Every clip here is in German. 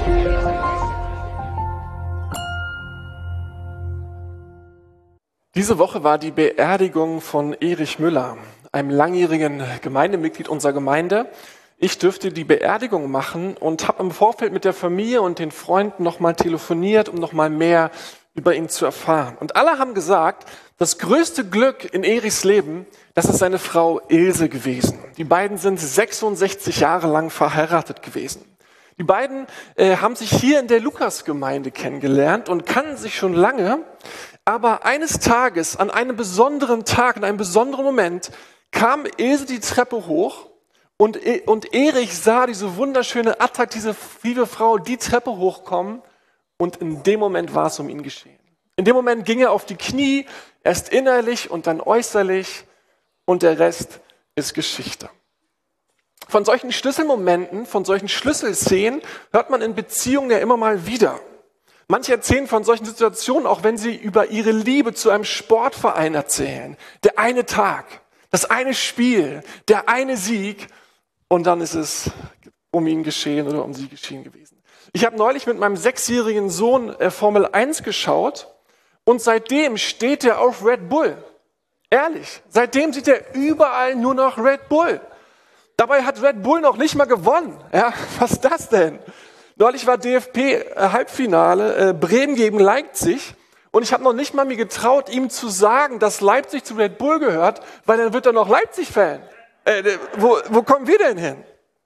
Diese Woche war die Beerdigung von Erich Müller, einem langjährigen Gemeindemitglied unserer Gemeinde. Ich dürfte die Beerdigung machen und habe im Vorfeld mit der Familie und den Freunden nochmal telefoniert, um nochmal mehr über ihn zu erfahren. Und alle haben gesagt, das größte Glück in Erichs Leben, das ist seine Frau Ilse gewesen. Die beiden sind 66 Jahre lang verheiratet gewesen. Die beiden haben sich hier in der Lukasgemeinde kennengelernt und kannten sich schon lange. Aber eines Tages, an einem besonderen Tag, in einem besonderen Moment, kam Ilse die Treppe hoch und Erich sah diese wunderschöne, attraktive Frau die Treppe hochkommen und in dem Moment war es um ihn geschehen. In dem Moment ging er auf die Knie, erst innerlich und dann äußerlich und der Rest ist Geschichte. Von solchen Schlüsselmomenten, von solchen Schlüsselszenen hört man in Beziehungen ja immer mal wieder. Manche erzählen von solchen Situationen, auch wenn sie über ihre Liebe zu einem Sportverein erzählen. Der eine Tag, das eine Spiel, der eine Sieg und dann ist es um ihn geschehen oder um sie geschehen gewesen. Ich habe neulich mit meinem 6-jährigen Sohn Formel 1 geschaut und seitdem steht er auf Red Bull. Ehrlich, seitdem sieht er überall nur noch Red Bull. Dabei hat Red Bull noch nicht mal gewonnen. Ja, was ist das denn? Neulich war DFB-Halbfinale, Bremen gegen Leipzig. Und ich habe noch nicht mal mir getraut, ihm zu sagen, dass Leipzig zu Red Bull gehört, weil dann wird er noch Leipzig-Fan. Wo kommen wir denn hin?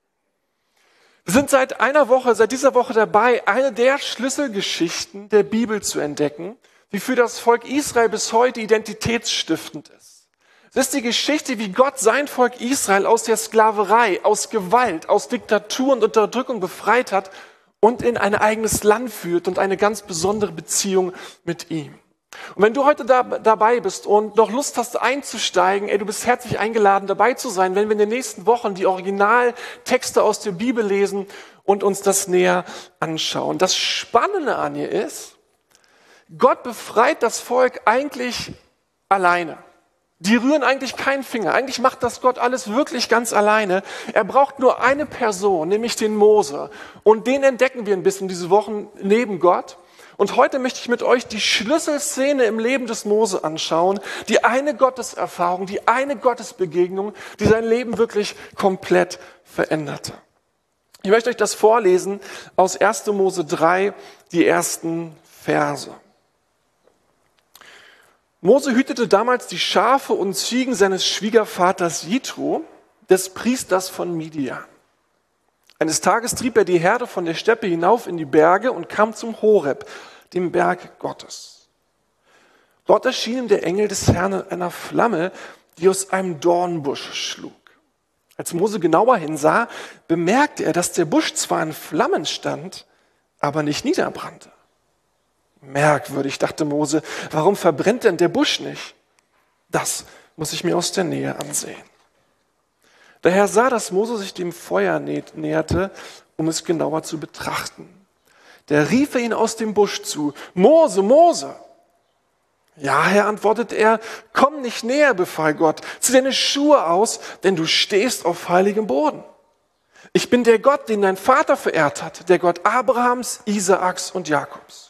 Wir sind seit dieser Woche dabei, eine der Schlüsselgeschichten der Bibel zu entdecken, die für das Volk Israel bis heute identitätsstiftend ist. Es ist die Geschichte, wie Gott sein Volk Israel aus der Sklaverei, aus Gewalt, aus Diktatur und Unterdrückung befreit hat und in ein eigenes Land führt und eine ganz besondere Beziehung mit ihm. Und wenn du heute dabei bist und noch Lust hast einzusteigen, du bist herzlich eingeladen dabei zu sein, wenn wir in den nächsten Wochen die Originaltexte aus der Bibel lesen und uns das näher anschauen. Das Spannende an ihr ist, Gott befreit das Volk eigentlich alleine. Die rühren eigentlich keinen Finger. Eigentlich macht das Gott alles wirklich ganz alleine. Er braucht nur eine Person, nämlich den Mose. Und den entdecken wir ein bisschen diese Wochen neben Gott. Und heute möchte ich mit euch die Schlüsselszene im Leben des Mose anschauen. Die eine Gotteserfahrung, die eine Gottesbegegnung, die sein Leben wirklich komplett veränderte. Ich möchte euch das vorlesen aus 1. Mose 3, die ersten Verse. Mose hütete damals die Schafe und Ziegen seines Schwiegervaters Jitro, des Priesters von Midian. Eines Tages trieb er die Herde von der Steppe hinauf in die Berge und kam zum Horeb, dem Berg Gottes. Dort erschien ihm der Engel des Herrn in einer Flamme, die aus einem Dornbusch schlug. Als Mose genauer hinsah, bemerkte er, dass der Busch zwar in Flammen stand, aber nicht niederbrannte. Merkwürdig, dachte Mose, warum verbrennt denn der Busch nicht? Das muss ich mir aus der Nähe ansehen. Der Herr sah, dass Mose sich dem Feuer näherte, um es genauer zu betrachten. Da rief er ihn aus dem Busch zu, Mose, Mose! Ja, Herr, antwortete er, komm nicht näher, befahl Gott, zieh deine Schuhe aus, denn du stehst auf heiligem Boden. Ich bin der Gott, den dein Vater verehrt hat, der Gott Abrahams, Isaaks und Jakobs.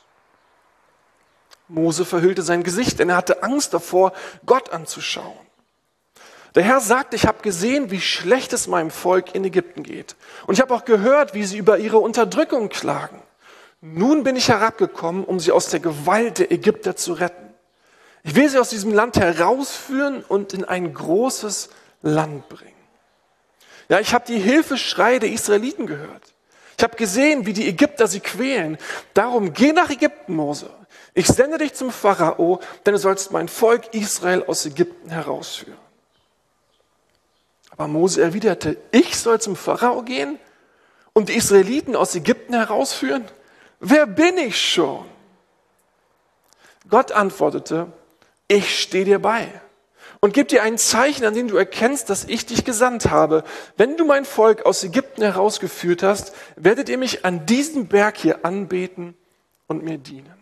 Mose verhüllte sein Gesicht, denn er hatte Angst davor, Gott anzuschauen. Der Herr sagte, ich habe gesehen, wie schlecht es meinem Volk in Ägypten geht. Und ich habe auch gehört, wie sie über ihre Unterdrückung klagen. Nun bin ich herabgekommen, um sie aus der Gewalt der Ägypter zu retten. Ich will sie aus diesem Land herausführen und in ein großes Land bringen. Ja, ich habe die Hilfeschreie der Israeliten gehört. Ich habe gesehen, wie die Ägypter sie quälen. Darum geh nach Ägypten, Mose. Ich sende dich zum Pharao, denn du sollst mein Volk Israel aus Ägypten herausführen. Aber Mose erwiderte, ich soll zum Pharao gehen und die Israeliten aus Ägypten herausführen? Wer bin ich schon? Gott antwortete, ich stehe dir bei und gebe dir ein Zeichen, an dem du erkennst, dass ich dich gesandt habe. Wenn du mein Volk aus Ägypten herausgeführt hast, werdet ihr mich an diesem Berg hier anbeten und mir dienen.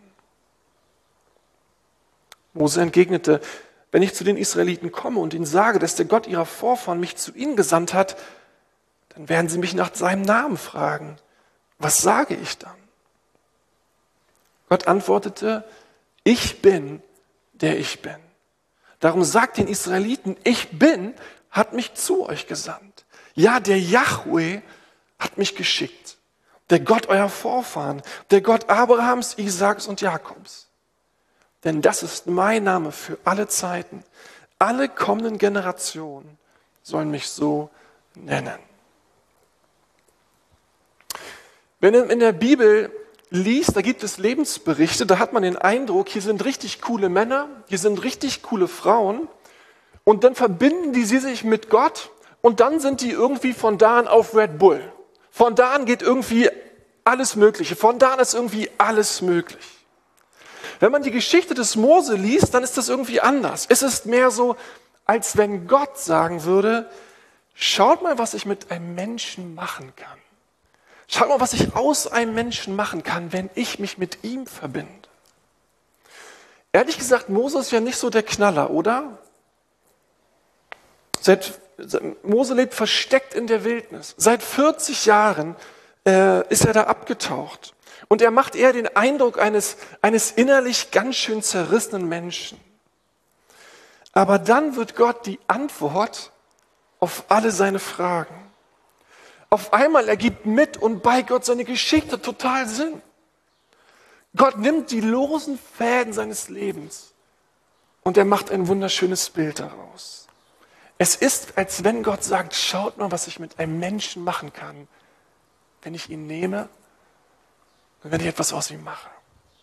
Mose entgegnete, wenn ich zu den Israeliten komme und ihnen sage, dass der Gott ihrer Vorfahren mich zu ihnen gesandt hat, dann werden sie mich nach seinem Namen fragen. Was sage ich dann? Gott antwortete, ich bin, der ich bin. Darum sagt den Israeliten, ich bin, hat mich zu euch gesandt. Ja, der Jahwe hat mich geschickt. Der Gott eurer Vorfahren, der Gott Abrahams, Isaaks und Jakobs. Denn das ist mein Name für alle Zeiten. Alle kommenden Generationen sollen mich so nennen. Wenn man in der Bibel liest, da gibt es Lebensberichte, da hat man den Eindruck, hier sind richtig coole Männer, hier sind richtig coole Frauen und dann verbinden die sie sich mit Gott und dann sind die irgendwie von da an auf Red Bull. Von da an geht irgendwie alles Mögliche, von da an ist irgendwie alles möglich. Wenn man die Geschichte des Mose liest, dann ist das irgendwie anders. Es ist mehr so, als wenn Gott sagen würde, schaut mal, was ich mit einem Menschen machen kann. Schaut mal, was ich aus einem Menschen machen kann, wenn ich mich mit ihm verbinde. Ehrlich gesagt, Mose ist ja nicht so der Knaller, oder? Mose lebt versteckt in der Wildnis. Seit 40 Jahren ist er da abgetaucht. Und er macht eher den Eindruck eines innerlich ganz schön zerrissenen Menschen. Aber dann wird Gott die Antwort auf alle seine Fragen. Auf einmal ergibt mit und bei Gott seine Geschichte total Sinn. Gott nimmt die losen Fäden seines Lebens und er macht ein wunderschönes Bild daraus. Es ist, als wenn Gott sagt, schaut mal, was ich mit einem Menschen machen kann, wenn ich ihn nehme und wenn ich etwas aus ihm mache.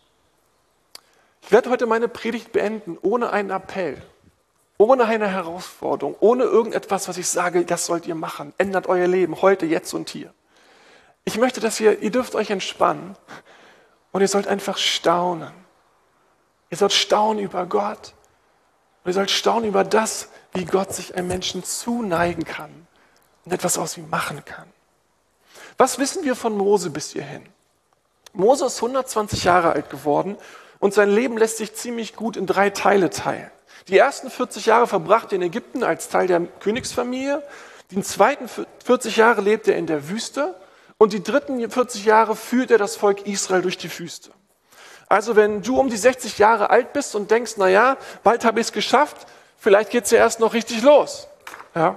Ich werde heute meine Predigt beenden ohne einen Appell. Ohne eine Herausforderung, ohne irgendetwas, was ich sage, das sollt ihr machen. Ändert euer Leben, heute, jetzt und hier. Ich möchte, dass ihr dürft euch entspannen und ihr sollt einfach staunen. Ihr sollt staunen über Gott und ihr sollt staunen über das, wie Gott sich einem Menschen zuneigen kann und etwas aus ihm machen kann. Was wissen wir von Mose bis hierhin? Mose ist 120 Jahre alt geworden und sein Leben lässt sich ziemlich gut in 3 Teile teilen. Die ersten 40 Jahre verbrachte er in Ägypten als Teil der Königsfamilie. Die zweiten 40 Jahre lebte er in der Wüste. Und die dritten 40 Jahre führt er das Volk Israel durch die Wüste. Also wenn du um die 60 Jahre alt bist und denkst, naja, bald habe ich es geschafft, vielleicht geht es ja erst noch richtig los. Ja.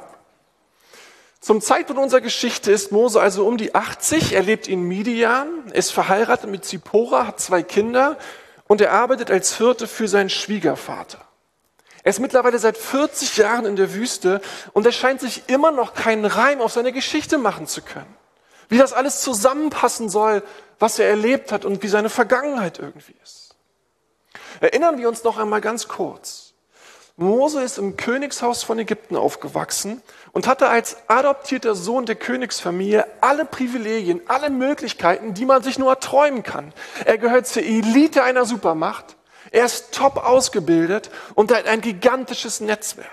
Zum Zeitpunkt unserer Geschichte ist Mose also um die 80. Er lebt in Midian, ist verheiratet mit Zippora, hat 2 Kinder und er arbeitet als Hirte für seinen Schwiegervater. Er ist mittlerweile seit 40 Jahren in der Wüste und er scheint sich immer noch keinen Reim auf seine Geschichte machen zu können. Wie das alles zusammenpassen soll, was er erlebt hat und wie seine Vergangenheit irgendwie ist. Erinnern wir uns noch einmal ganz kurz. Mose ist im Königshaus von Ägypten aufgewachsen und hatte als adoptierter Sohn der Königsfamilie alle Privilegien, alle Möglichkeiten, die man sich nur erträumen kann. Er gehört zur Elite einer Supermacht. Er ist top ausgebildet und er hat ein gigantisches Netzwerk.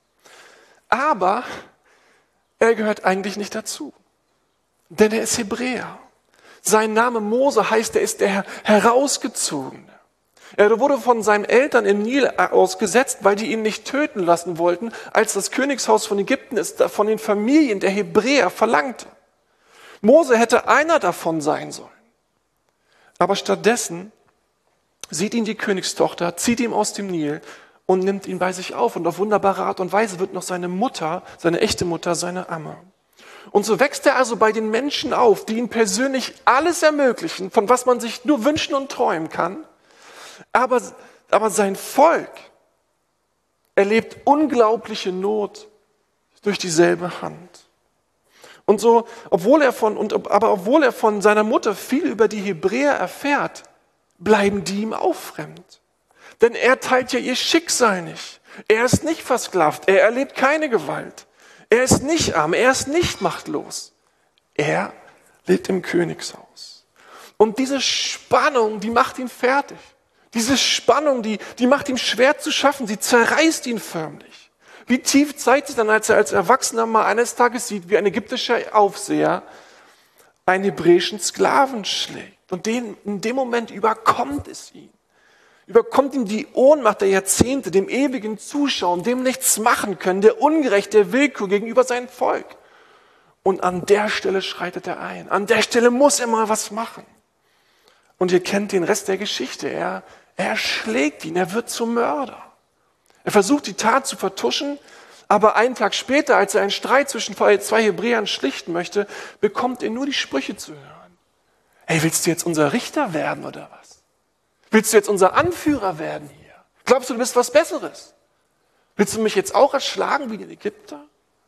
Aber er gehört eigentlich nicht dazu, denn er ist Hebräer. Sein Name Mose heißt, er ist der Herausgezogene. Er wurde von seinen Eltern im Nil ausgesetzt, weil die ihn nicht töten lassen wollten, als das Königshaus von Ägypten es von den Familien der Hebräer verlangte. Mose hätte einer davon sein sollen. Aber stattdessen sieht ihn die Königstochter, zieht ihn aus dem Nil und nimmt ihn bei sich auf. Und auf wunderbare Art und Weise wird noch seine Mutter, seine echte Mutter, seine Amme. Und so wächst er also bei den Menschen auf, die ihm persönlich alles ermöglichen, von was man sich nur wünschen und träumen kann. Aber sein Volk erlebt unglaubliche Not durch dieselbe Hand. Und so, obwohl er von seiner Mutter viel über die Hebräer erfährt, bleiben die ihm auch fremd. Denn er teilt ja ihr Schicksal nicht. Er ist nicht versklavt, er erlebt keine Gewalt. Er ist nicht arm, er ist nicht machtlos. Er lebt im Königshaus. Und diese Spannung, die macht ihn fertig. Diese Spannung, die macht ihm schwer zu schaffen, sie zerreißt ihn förmlich. Wie tief zeigt sich dann, als er als Erwachsener mal eines Tages sieht, wie ein ägyptischer Aufseher einen hebräischen Sklaven schlägt. Und in dem Moment überkommt es ihn. Überkommt ihm die Ohnmacht der Jahrzehnte, dem ewigen Zuschauen, dem nichts machen können, der Ungerecht, der Willkür gegenüber seinem Volk. Und an der Stelle schreitet er ein. An der Stelle muss er mal was machen. Und ihr kennt den Rest der Geschichte. Er erschlägt ihn, er wird zum Mörder. Er versucht, die Tat zu vertuschen, aber einen Tag später, als er einen Streit zwischen zwei Hebräern schlichten möchte, bekommt er nur die Sprüche zu hören. Hey, willst du jetzt unser Richter werden oder was? Willst du jetzt unser Anführer werden hier? Glaubst du, du bist was Besseres? Willst du mich jetzt auch erschlagen wie den Ägypter?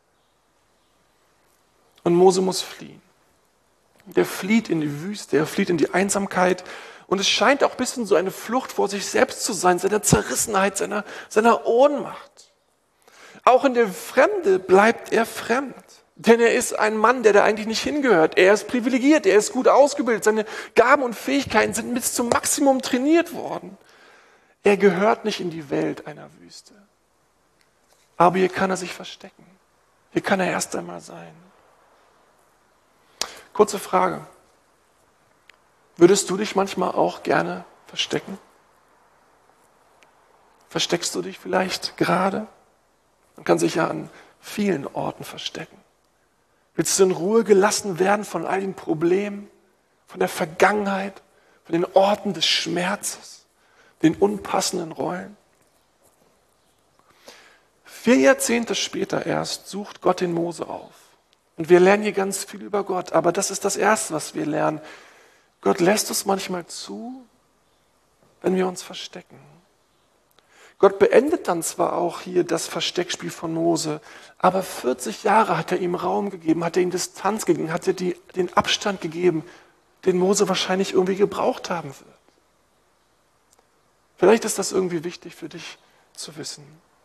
Und Mose muss fliehen. Der flieht in die Wüste, er flieht in die Einsamkeit. Und es scheint auch ein bisschen so eine Flucht vor sich selbst zu sein, seiner Zerrissenheit, seiner Ohnmacht. Auch in der Fremde bleibt er fremd. Denn er ist ein Mann, der da eigentlich nicht hingehört. Er ist privilegiert, er ist gut ausgebildet. Seine Gaben und Fähigkeiten sind bis zum Maximum trainiert worden. Er gehört nicht in die Welt einer Wüste. Aber hier kann er sich verstecken. Hier kann er erst einmal sein. Kurze Frage. Würdest du dich manchmal auch gerne verstecken? Versteckst du dich vielleicht gerade? Man kann sich ja an vielen Orten verstecken. Willst du in Ruhe gelassen werden von all den Problemen, von der Vergangenheit, von den Orten des Schmerzes, den unpassenden Rollen? 4 Jahrzehnte später erst sucht Gott den Mose auf. Und wir lernen hier ganz viel über Gott, aber das ist das Erste, was wir lernen. Gott lässt es manchmal zu, wenn wir uns verstecken. Gott beendet dann zwar auch hier das Versteckspiel von Mose, aber 40 Jahre hat er ihm Raum gegeben, hat er ihm Distanz gegeben, hat er den Abstand gegeben, den Mose wahrscheinlich irgendwie gebraucht haben wird. Vielleicht ist das irgendwie wichtig für dich zu wissen.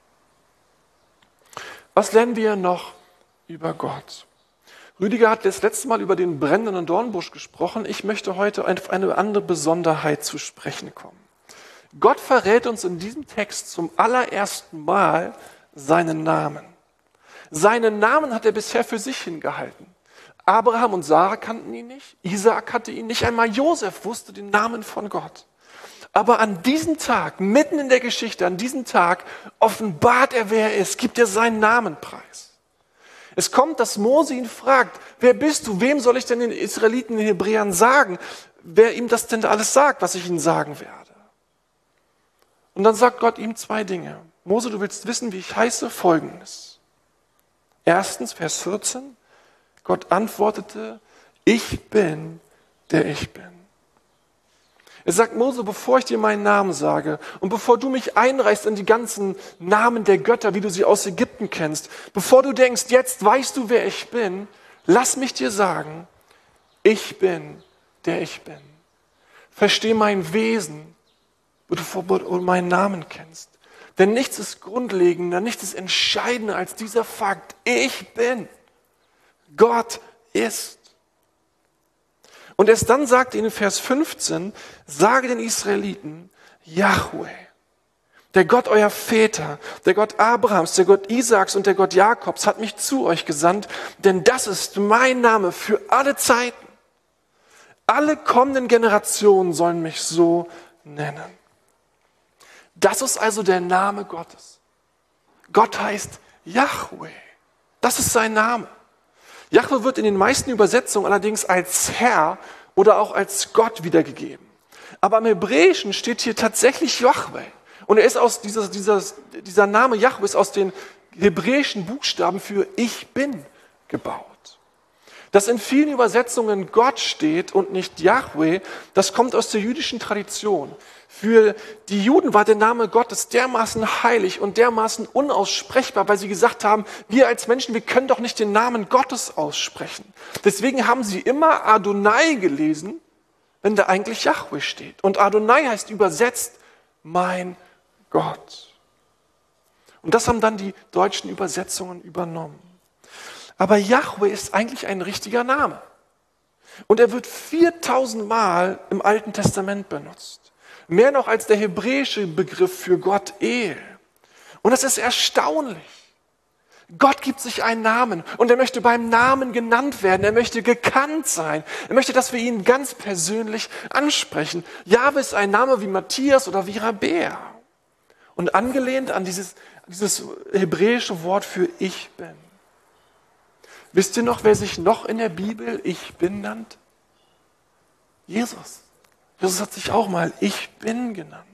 Was lernen wir noch über Gott? Rüdiger hat das letzte Mal über den brennenden Dornbusch gesprochen. Ich möchte heute auf eine andere Besonderheit zu sprechen kommen. Gott verrät uns in diesem Text zum allerersten Mal seinen Namen. Seinen Namen hat er bisher für sich hingehalten. Abraham und Sarah kannten ihn nicht, Isaak kannte ihn nicht, einmal Josef wusste den Namen von Gott. Aber an diesem Tag, mitten in der Geschichte, an diesem Tag offenbart er, wer er ist, gibt er seinen Namen preis. Es kommt, dass Mose ihn fragt, wer bist du, wem soll ich denn den Israeliten, den Hebräern sagen, wer ihm das denn da alles sagt, was ich ihnen sagen werde. Und dann sagt Gott ihm 2 Dinge. Mose, du willst wissen, wie ich heiße? Folgendes. Erstens, Vers 14, Gott antwortete, ich bin, der ich bin. Er sagt, Mose, bevor ich dir meinen Namen sage und bevor du mich einreichst in die ganzen Namen der Götter, wie du sie aus Ägypten kennst, bevor du denkst, jetzt weißt du, wer ich bin, lass mich dir sagen, ich bin, der ich bin. Versteh mein Wesen, bevor du meinen Namen kennst. Denn nichts ist grundlegender, nichts ist entscheidender als dieser Fakt, ich bin. Gott ist. Und erst dann sagt er in Vers 15, sage den Israeliten, Jahwe, der Gott eurer Väter, der Gott Abrahams, der Gott Isaaks und der Gott Jakobs hat mich zu euch gesandt, denn das ist mein Name für alle Zeiten. Alle kommenden Generationen sollen mich so nennen. Das ist also der Name Gottes. Gott heißt Jahwe. Das ist sein Name. Jahwe wird in den meisten Übersetzungen allerdings als Herr oder auch als Gott wiedergegeben. Aber im Hebräischen steht hier tatsächlich Jahwe. Und er ist aus dieser Name Jahwe ist aus den hebräischen Buchstaben für Ich bin gebaut. Dass in vielen Übersetzungen Gott steht und nicht Jahwe, das kommt aus der jüdischen Tradition. Für die Juden war der Name Gottes dermaßen heilig und dermaßen unaussprechbar, weil sie gesagt haben, wir als Menschen, wir können doch nicht den Namen Gottes aussprechen. Deswegen haben sie immer Adonai gelesen, wenn da eigentlich Jahwe steht. Und Adonai heißt übersetzt mein Gott. Und das haben dann die deutschen Übersetzungen übernommen. Aber Jahwe ist eigentlich ein richtiger Name. Und er wird 4000 Mal im Alten Testament benutzt. Mehr noch als der hebräische Begriff für Gott El. Und das ist erstaunlich. Gott gibt sich einen Namen und er möchte beim Namen genannt werden. Er möchte gekannt sein. Er möchte, dass wir ihn ganz persönlich ansprechen. Jahwe ist ein Name wie Matthias oder wie Rabea. Und angelehnt an dieses hebräische Wort für Ich bin. Wisst ihr noch, wer sich noch in der Bibel Ich bin nannt? Jesus. Jesus hat sich auch mal Ich Bin genannt.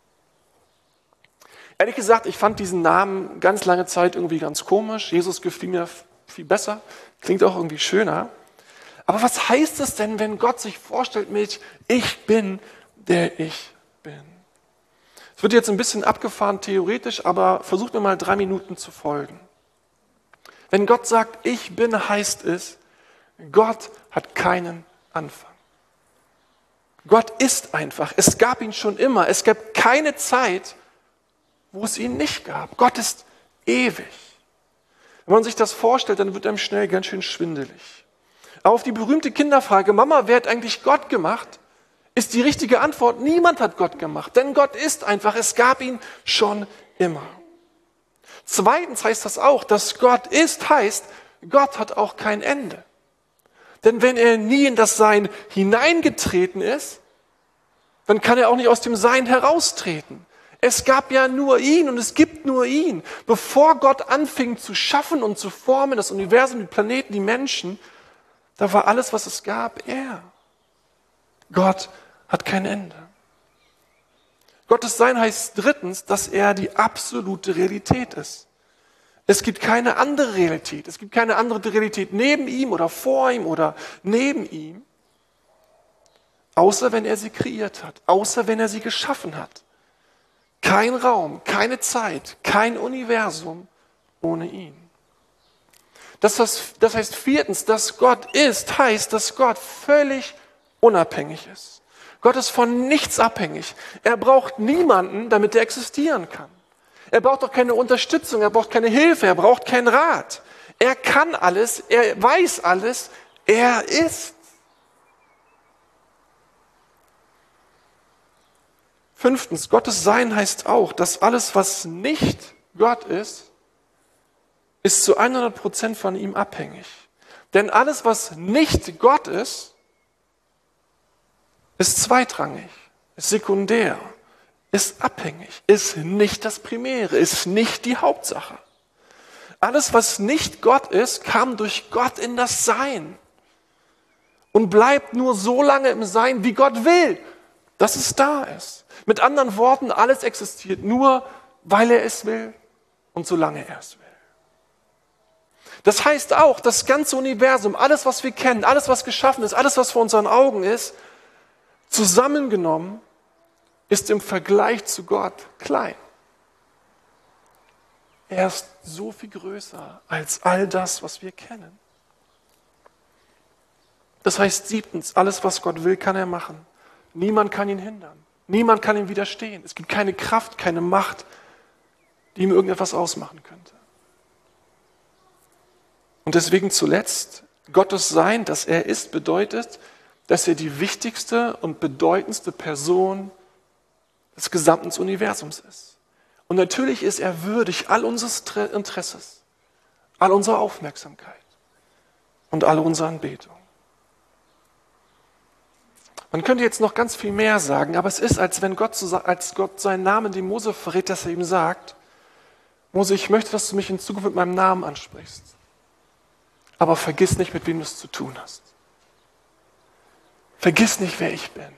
Ehrlich gesagt, ich fand diesen Namen ganz lange Zeit irgendwie ganz komisch. Jesus gefiel mir viel besser, klingt auch irgendwie schöner. Aber was heißt es denn, wenn Gott sich vorstellt mit Ich bin, der ich bin? Es wird jetzt ein bisschen abgefahren theoretisch, aber versucht mir mal 3 Minuten zu folgen. Wenn Gott sagt, ich bin, heißt es, Gott hat keinen Anfang. Gott ist einfach. Es gab ihn schon immer. Es gab keine Zeit, wo es ihn nicht gab. Gott ist ewig. Wenn man sich das vorstellt, dann wird einem schnell ganz schön schwindelig. Aber auf die berühmte Kinderfrage, Mama, wer hat eigentlich Gott gemacht, ist die richtige Antwort, niemand hat Gott gemacht. Denn Gott ist einfach, es gab ihn schon immer. Zweitens heißt das auch, dass Gott ist, heißt, Gott hat auch kein Ende. Denn wenn er nie in das Sein hineingetreten ist, dann kann er auch nicht aus dem Sein heraustreten. Es gab ja nur ihn und es gibt nur ihn. Bevor Gott anfing zu schaffen und zu formen, das Universum, die Planeten, die Menschen, da war alles, was es gab, er. Gott hat kein Ende. Gottes Sein heißt drittens, dass er die absolute Realität ist. Es gibt keine andere Realität. Es gibt keine andere Realität neben ihm oder vor ihm oder neben ihm, außer wenn er sie kreiert hat, außer wenn er sie geschaffen hat. Kein Raum, keine Zeit, kein Universum ohne ihn. Das heißt viertens, dass Gott ist, heißt, dass Gott völlig unabhängig ist. Gott ist von nichts abhängig. Er braucht niemanden, damit er existieren kann. Er braucht auch keine Unterstützung, er braucht keine Hilfe, er braucht keinen Rat. Er kann alles, er weiß alles, er ist. Fünftens, Gottes Sein heißt auch, dass alles, was nicht Gott ist zu 100% von ihm abhängig. Denn alles, was nicht Gott ist zweitrangig, ist sekundär, ist abhängig, ist nicht das Primäre, ist nicht die Hauptsache. Alles, was nicht Gott ist, kam durch Gott in das Sein und bleibt nur so lange im Sein, wie Gott will, dass es da ist. Mit anderen Worten, alles existiert nur, weil er es will und solange er es will. Das heißt auch, das ganze Universum, alles, was wir kennen, alles, was geschaffen ist, alles, was vor unseren Augen ist, zusammengenommen, ist im Vergleich zu Gott klein. Er ist so viel größer als all das, was wir kennen. Das heißt siebtens, alles, was Gott will, kann er machen. Niemand kann ihn hindern. Niemand kann ihm widerstehen. Es gibt keine Kraft, keine Macht, die ihm irgendetwas ausmachen könnte. Und deswegen zuletzt, Gottes Sein, dass er ist, bedeutet, dass er die wichtigste und bedeutendste Person des gesamten Universums ist. Und natürlich ist er würdig all unseres Interesses, all unserer Aufmerksamkeit und all unserer Anbetung. Man könnte jetzt noch ganz viel mehr sagen, aber es ist, als Gott seinen Namen dem Mose verrät, dass er ihm sagt, Mose, ich möchte, dass du mich in Zukunft mit meinem Namen ansprichst. Aber vergiss nicht, mit wem du es zu tun hast. Vergiss nicht, wer ich bin.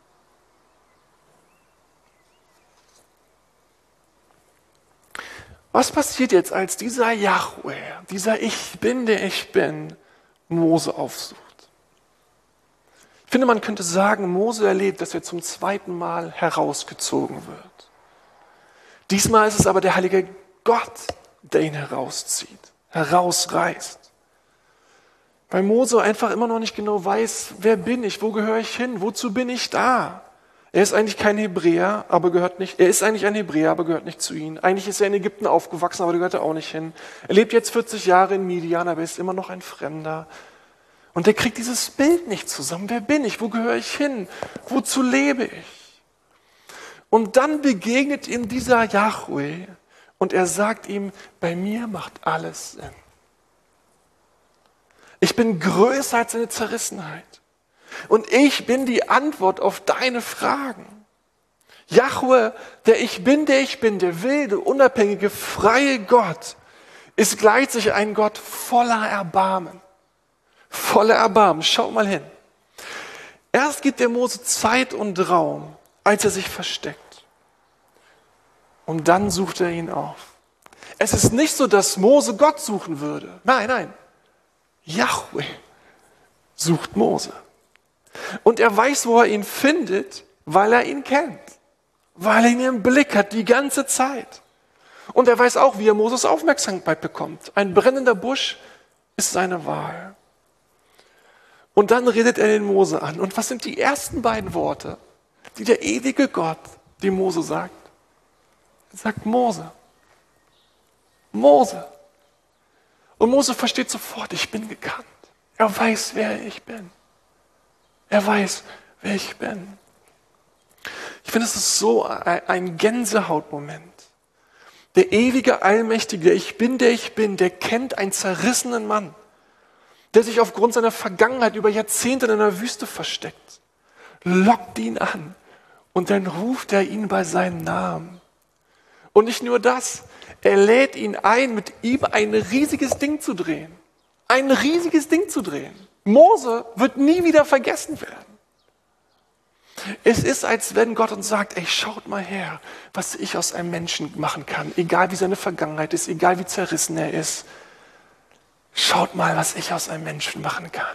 Was passiert jetzt, als dieser Jahwe, dieser Ich Bin, der ich bin, Mose aufsucht? Ich finde, man könnte sagen, Mose erlebt, dass er zum zweiten Mal herausgezogen wird. Diesmal ist es aber der heilige Gott, der ihn herauszieht, herausreißt. Weil Mose einfach immer noch nicht genau weiß, wer bin ich, wo gehöre ich hin, wozu bin ich da? Er ist eigentlich kein Hebräer, aber er ist eigentlich ein Hebräer, aber gehört nicht zu ihnen. Eigentlich ist er in Ägypten aufgewachsen, aber da gehört er auch nicht hin. Er lebt jetzt 40 Jahre in Midian, aber er ist immer noch ein Fremder. Und er kriegt dieses Bild nicht zusammen. Wer bin ich? Wo gehöre ich hin? Wozu lebe ich? Und dann begegnet ihm dieser Jahwe und er sagt ihm, bei mir macht alles Sinn. Ich bin größer als deine Zerrissenheit. Und ich bin die Antwort auf deine Fragen. Jahwe, der ich bin, der wilde, unabhängige, freie Gott, ist gleichzeitig ein Gott voller Erbarmen. Voller Erbarmen. Schau mal hin. 1. Erst gibt der Mose Zeit und Raum, als er sich versteckt. Und dann sucht er ihn auf. Es ist nicht so, dass Mose Gott suchen würde. Nein. Jahwe sucht Mose. Und er weiß, wo er ihn findet, weil er ihn kennt. Weil er ihn im Blick hat, die ganze Zeit. Und er weiß auch, wie er Moses Aufmerksamkeit bekommt. Ein brennender Busch ist seine Wahl. Und dann redet er den Mose an. Und was sind die ersten beiden Worte, die der ewige Gott dem Mose sagt? Er sagt Mose. Mose. Und Mose versteht sofort, ich bin gekannt. Er weiß, wer ich bin. Er weiß, wer ich bin. Ich finde, es ist so ein Gänsehautmoment. Der ewige, allmächtige, der ich bin, der kennt einen zerrissenen Mann, der sich aufgrund seiner Vergangenheit über Jahrzehnte in einer Wüste versteckt, lockt ihn an und dann ruft er ihn bei seinem Namen. Und nicht nur das, er lädt ihn ein, mit ihm ein riesiges Ding zu drehen. Ein riesiges Ding zu drehen. Mose wird nie wieder vergessen werden. Es ist, als wenn Gott uns sagt, ey, schaut mal her, was ich aus einem Menschen machen kann. Egal wie seine Vergangenheit ist, egal wie zerrissen er ist. Schaut mal, was ich aus einem Menschen machen kann.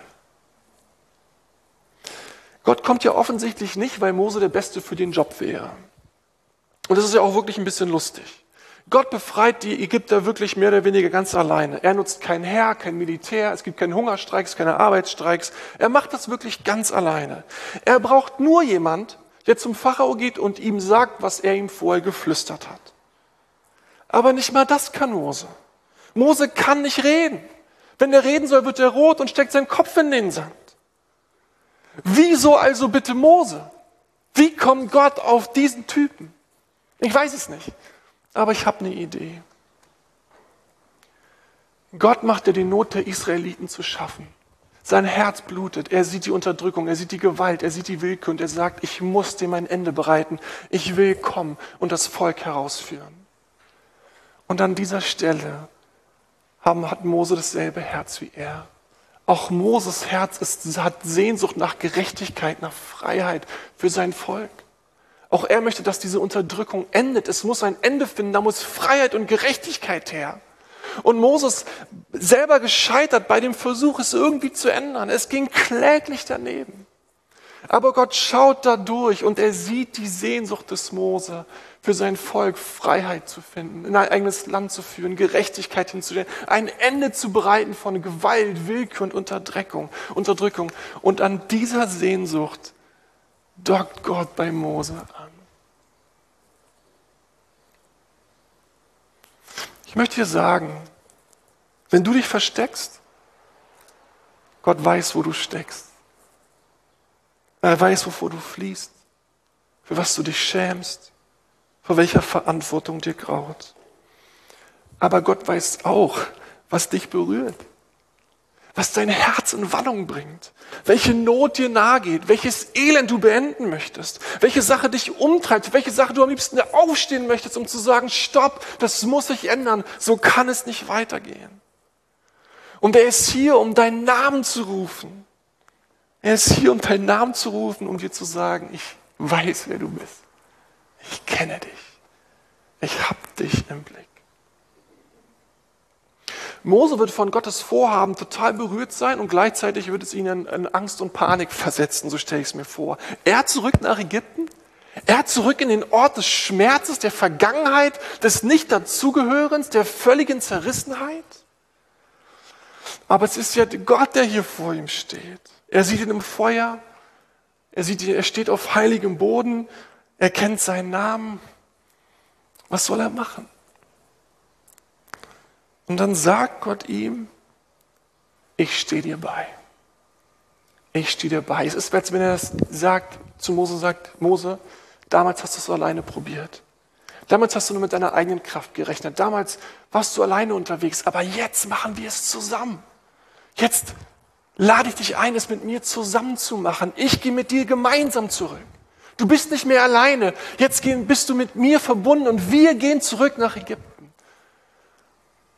Gott kommt ja offensichtlich nicht, weil Mose der Beste für den Job wäre. Und das ist ja auch wirklich ein bisschen lustig. Gott befreit die Ägypter wirklich mehr oder weniger ganz alleine. Er nutzt kein Heer, kein Militär, es gibt keine Hungerstreiks, keine Arbeitsstreiks. Er macht das wirklich ganz alleine. Er braucht nur jemand, der zum Pharao geht und ihm sagt, was er ihm vorher geflüstert hat. Aber nicht mal das kann Mose. Mose kann nicht reden. Wenn er reden soll, wird er rot und steckt seinen Kopf in den Sand. Wieso also bitte Mose? Wie kommt Gott auf diesen Typen? Ich weiß es nicht. Aber ich habe eine Idee. Gott macht ja die Not der Israeliten zu schaffen. Sein Herz blutet, er sieht die Unterdrückung, er sieht die Gewalt, er sieht die Willkür und er sagt, ich muss dem ein Ende bereiten, ich will kommen und das Volk herausführen. Und an dieser Stelle hat Mose dasselbe Herz wie er. Auch Moses Herz hat Sehnsucht nach Gerechtigkeit, nach Freiheit für sein Volk. Auch er möchte, dass diese Unterdrückung endet. Es muss ein Ende finden, da muss Freiheit und Gerechtigkeit her. Und Moses selber gescheitert bei dem Versuch, es irgendwie zu ändern. Es ging kläglich daneben. Aber Gott schaut da durch und er sieht die Sehnsucht des Mose, für sein Volk Freiheit zu finden, in ein eigenes Land zu führen, Gerechtigkeit hinzustellen, ein Ende zu bereiten von Gewalt, Willkür und Unterdrückung. Und an dieser Sehnsucht dockt Gott bei Mose an. Ich möchte dir sagen, wenn du dich versteckst, Gott weiß, wo du steckst. Er weiß, wovor du fliehst, für was du dich schämst, vor welcher Verantwortung dir graut. Aber Gott weiß auch, was dich berührt, was dein Herz in Wallung bringt, welche Not dir nahe geht, welches Elend du beenden möchtest, welche Sache dich umtreibt, welche Sache du am liebsten aufstehen möchtest, um zu sagen, stopp, das muss sich ändern, so kann es nicht weitergehen. Und er ist hier, um deinen Namen zu rufen. Er ist hier, um deinen Namen zu rufen, um dir zu sagen, ich weiß, wer du bist. Ich kenne dich. Ich hab dich im Blick. Mose wird von Gottes Vorhaben total berührt sein und gleichzeitig wird es ihn in Angst und Panik versetzen, so stelle ich es mir vor. Er zurück nach Ägypten, er zurück in den Ort des Schmerzes, der Vergangenheit, des Nicht-Dazugehörens, der völligen Zerrissenheit. Aber es ist ja Gott, der hier vor ihm steht. Er sieht ihn im Feuer, er steht auf heiligem Boden, er kennt seinen Namen. Was soll er machen? Und dann sagt Gott ihm, ich stehe dir bei. Ich stehe dir bei. Es ist, als wenn er das zu Mose sagt, Mose, damals hast du es alleine probiert. Damals hast du nur mit deiner eigenen Kraft gerechnet. Damals warst du alleine unterwegs. Aber jetzt machen wir es zusammen. Jetzt lade ich dich ein, es mit mir zusammen zu machen. Ich gehe mit dir gemeinsam zurück. Du bist nicht mehr alleine. Jetzt bist du mit mir verbunden und wir gehen zurück nach Ägypten.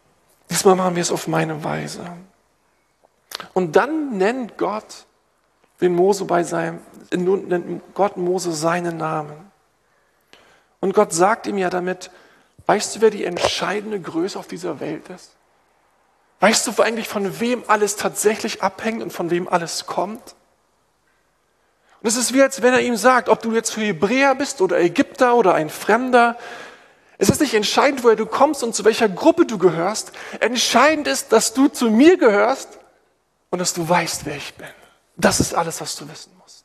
Diesmal machen wir es auf meine Weise. Und dann nennt Gott nennt Gott Mose seinen Namen. Und Gott sagt ihm ja damit, weißt du, wer die entscheidende Größe auf dieser Welt ist? Weißt du eigentlich, von wem alles tatsächlich abhängt und von wem alles kommt? Und es ist wie, als wenn er ihm sagt, ob du jetzt für Hebräer bist oder Ägypter oder ein Fremder. Es ist nicht entscheidend, woher du kommst und zu welcher Gruppe du gehörst. Entscheidend ist, dass du zu mir gehörst und dass du weißt, wer ich bin. Das ist alles, was du wissen musst.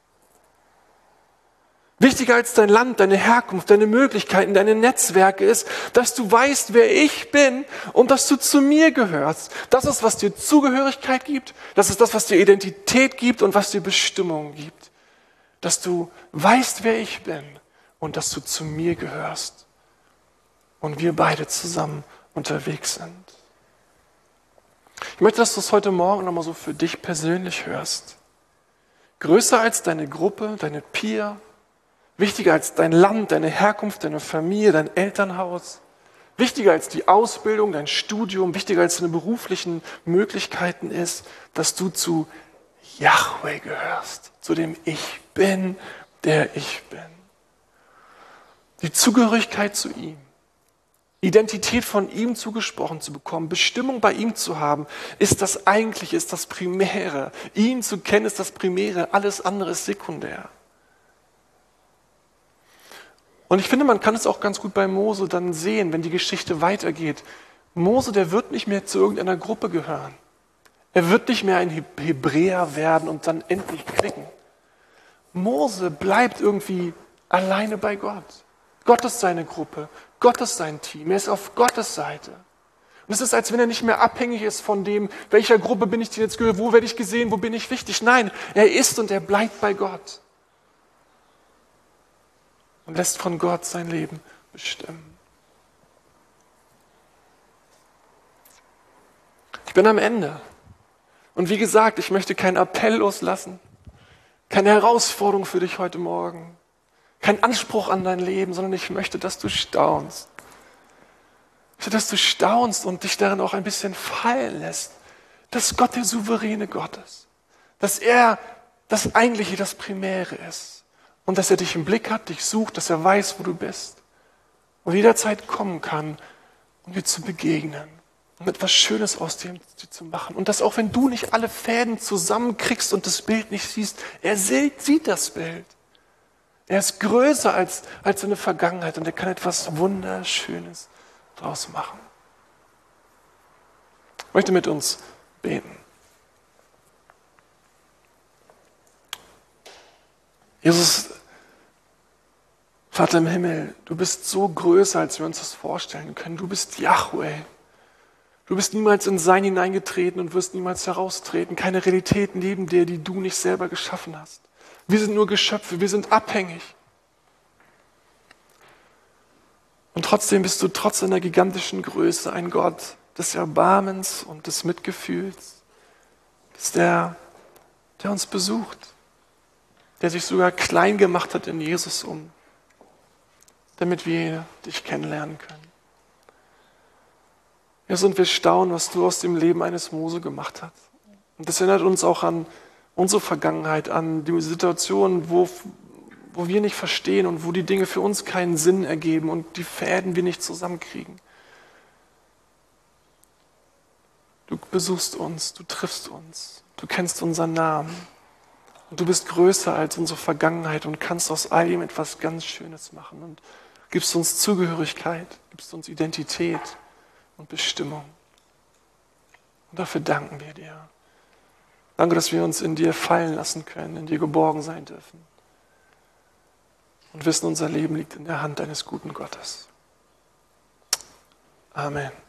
Wichtiger als dein Land, deine Herkunft, deine Möglichkeiten, deine Netzwerke ist, dass du weißt, wer ich bin und dass du zu mir gehörst. Das ist, was dir Zugehörigkeit gibt. Das ist das, was dir Identität gibt und was dir Bestimmung gibt. Dass du weißt, wer ich bin und dass du zu mir gehörst. Und wir beide zusammen unterwegs sind. Ich möchte, dass du es heute Morgen nochmal so für dich persönlich hörst. Größer als deine Gruppe, deine Peer, wichtiger als dein Land, deine Herkunft, deine Familie, dein Elternhaus, wichtiger als die Ausbildung, dein Studium, wichtiger als deine beruflichen Möglichkeiten ist, dass du zu Yahweh gehörst, zu dem Ich bin, der ich bin. Die Zugehörigkeit zu ihm. Identität von ihm zugesprochen zu bekommen, Bestimmung bei ihm zu haben, ist das Eigentliche, ist das Primäre. Ihn zu kennen ist das Primäre, alles andere ist sekundär. Und ich finde, man kann es auch ganz gut bei Mose dann sehen, wenn die Geschichte weitergeht. Mose, der wird nicht mehr zu irgendeiner Gruppe gehören. Er wird nicht mehr ein Hebräer werden und dann endlich klicken. Mose bleibt irgendwie alleine bei Gott. Gott ist seine Gruppe, Gott ist sein Team, er ist auf Gottes Seite. Und es ist, als wenn er nicht mehr abhängig ist von dem, welcher Gruppe bin ich denn jetzt gehört, wo werde ich gesehen, wo bin ich wichtig. Nein, er ist und er bleibt bei Gott. Und lässt von Gott sein Leben bestimmen. Ich bin am Ende. Und wie gesagt, ich möchte keinen Appell loslassen, keine Herausforderung für dich heute Morgen. Kein Anspruch an dein Leben, sondern ich möchte, dass du staunst. Ich möchte, dass du staunst und dich darin auch ein bisschen fallen lässt, dass Gott der souveräne Gott ist. Dass er das Eigentliche, das Primäre ist. Und dass er dich im Blick hat, dich sucht, dass er weiß, wo du bist. Und jederzeit kommen kann, um dir zu begegnen. Um etwas Schönes aus dir zu machen. Und dass auch wenn du nicht alle Fäden zusammenkriegst und das Bild nicht siehst, er sieht das Bild. Er ist größer als seine Vergangenheit und er kann etwas Wunderschönes draus machen. Ich möchte mit uns beten. Jesus, Vater im Himmel, du bist so größer, als wir uns das vorstellen können. Du bist Yahweh. Du bist niemals in Sein hineingetreten und wirst niemals heraustreten. Keine Realität neben dir, die du nicht selber geschaffen hast. Wir sind nur Geschöpfe, wir sind abhängig. Und trotzdem bist du trotz deiner gigantischen Größe ein Gott des Erbarmens und des Mitgefühls. Der uns besucht. Der sich sogar klein gemacht hat in Jesus damit wir dich kennenlernen können. Jesus, und wir staunen, was du aus dem Leben eines Mose gemacht hast. Und das erinnert uns auch an unsere Vergangenheit, an die Situationen, wo wir nicht verstehen und wo die Dinge für uns keinen Sinn ergeben und die Fäden wir nicht zusammenkriegen. Du besuchst uns, du triffst uns, du kennst unseren Namen und du bist größer als unsere Vergangenheit und kannst aus all dem etwas ganz Schönes machen und gibst uns Zugehörigkeit, gibst uns Identität und Bestimmung. Und dafür danken wir dir. Danke, dass wir uns in dir fallen lassen können, in dir geborgen sein dürfen. Und wissen, unser Leben liegt in der Hand eines guten Gottes. Amen.